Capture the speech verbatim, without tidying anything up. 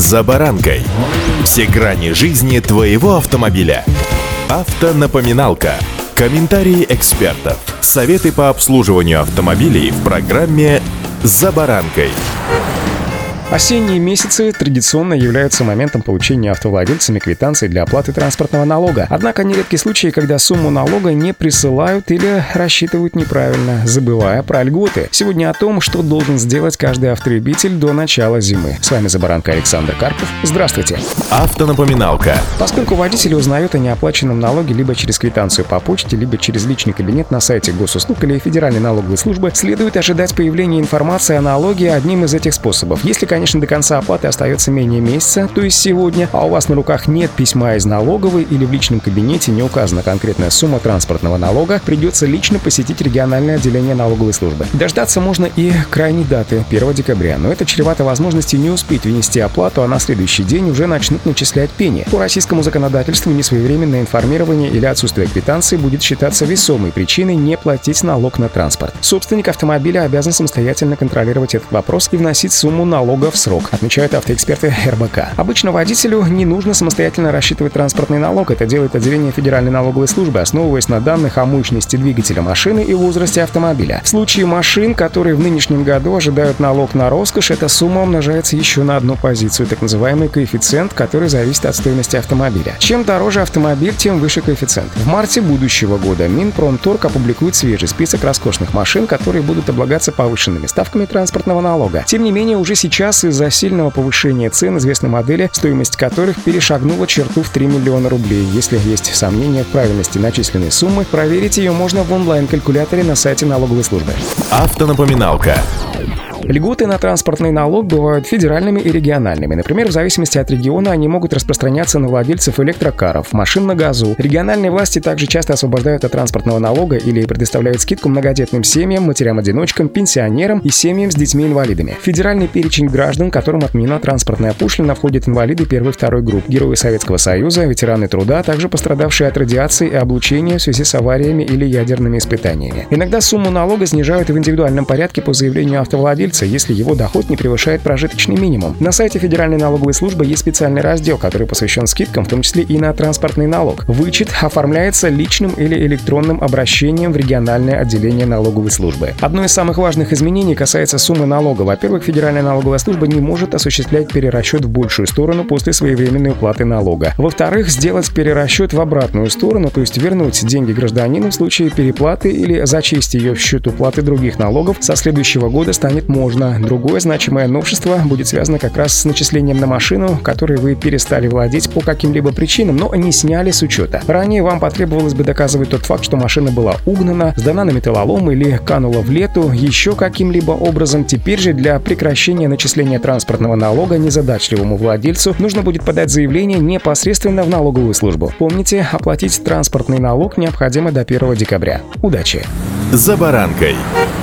«За баранкой». Все грани жизни твоего автомобиля. Автонапоминалка. Комментарии экспертов. Советы по обслуживанию автомобилей в программе «За баранкой». Осенние месяцы традиционно являются моментом получения автовладельцами квитанций для оплаты транспортного налога. Однако нередки случаи, когда сумму налога не присылают или рассчитывают неправильно, забывая про льготы. Сегодня о том, что должен сделать каждый автолюбитель до начала зимы. С вами «За баранкой» Александр Карпов. Здравствуйте. Автонапоминалка. Поскольку водители узнают о неоплаченном налоге либо через квитанцию по почте, либо через личный кабинет на сайте госуслуг или Федеральной налоговой службы, следует ожидать появления информации о налоге одним из этих способов. Если, конечно, Конечно, до конца оплаты остается менее месяца, то есть сегодня, а у вас на руках нет письма из налоговой или в личном кабинете не указана конкретная сумма транспортного налога, придется лично посетить региональное отделение налоговой службы. Дождаться можно и крайней даты, первого декабря, но это чревато возможностью не успеть внести оплату, а на следующий день уже начнут начислять пени. По российскому законодательству несвоевременное информирование или отсутствие квитанции будет считаться весомой причиной не платить налог на транспорт. Собственник автомобиля обязан самостоятельно контролировать этот вопрос и вносить сумму налога в срок, отмечают автоэксперты эр бэ ка. Обычно водителю не нужно самостоятельно рассчитывать транспортный налог. Это делает отделение Федеральной налоговой службы, основываясь на данных о мощности двигателя машины и возрасте автомобиля. В случае машин, которые в нынешнем году ожидают налог на роскошь, эта сумма умножается еще на одну позицию, так называемый коэффициент, который зависит от стоимости автомобиля. Чем дороже автомобиль, тем выше коэффициент. В марте будущего года Минпромторг опубликует свежий список роскошных машин, которые будут облагаться повышенными ставками транспортного налога. Тем не менее, уже сейчас из-за сильного повышения цен известны модели, стоимость которых перешагнула черту в три миллиона рублей. Если есть сомнения в правильности начисленной суммы, проверить ее можно в онлайн-калькуляторе на сайте налоговой службы. Автонапоминалка. Льготы на транспортный налог бывают федеральными и региональными. Например, в зависимости от региона они могут распространяться на владельцев электрокаров, машин на газу. Региональные власти также часто освобождают от транспортного налога или предоставляют скидку многодетным семьям, матерям-одиночкам, пенсионерам и семьям с детьми-инвалидами. Федеральный перечень граждан, которым отменена транспортная пошлина, входят инвалиды первой и второй групп, герои Советского Союза, ветераны труда, а также пострадавшие от радиации и облучения в связи с авариями или ядерными испытаниями. Иногда сумму налога снижают в индивидуальном порядке по заявлению автовладельца, если его доход не превышает прожиточный минимум. На сайте Федеральной налоговой службы есть специальный раздел, который посвящен скидкам, в том числе и на транспортный налог. Вычет оформляется личным или электронным обращением в региональное отделение налоговой службы. Одно из самых важных изменений касается суммы налога. Во-первых, Федеральная налоговая служба не может осуществлять перерасчет в большую сторону после своевременной уплаты налога. Во-вторых, сделать перерасчет в обратную сторону, то есть вернуть деньги гражданину в случае переплаты или зачесть ее в счет уплаты других налогов, со следующего года станет можно. Другое значимое новшество будет связано как раз с начислением на машину, которой вы перестали владеть по каким-либо причинам, но не сняли с учета. Ранее вам потребовалось бы доказывать тот факт, что машина была угнана, сдана на металлолом или канула в лету еще каким-либо образом. Теперь же для прекращения начисления транспортного налога незадачливому владельцу нужно будет подать заявление непосредственно в налоговую службу. Помните, оплатить транспортный налог необходимо до первого декабря. Удачи! «За баранкой».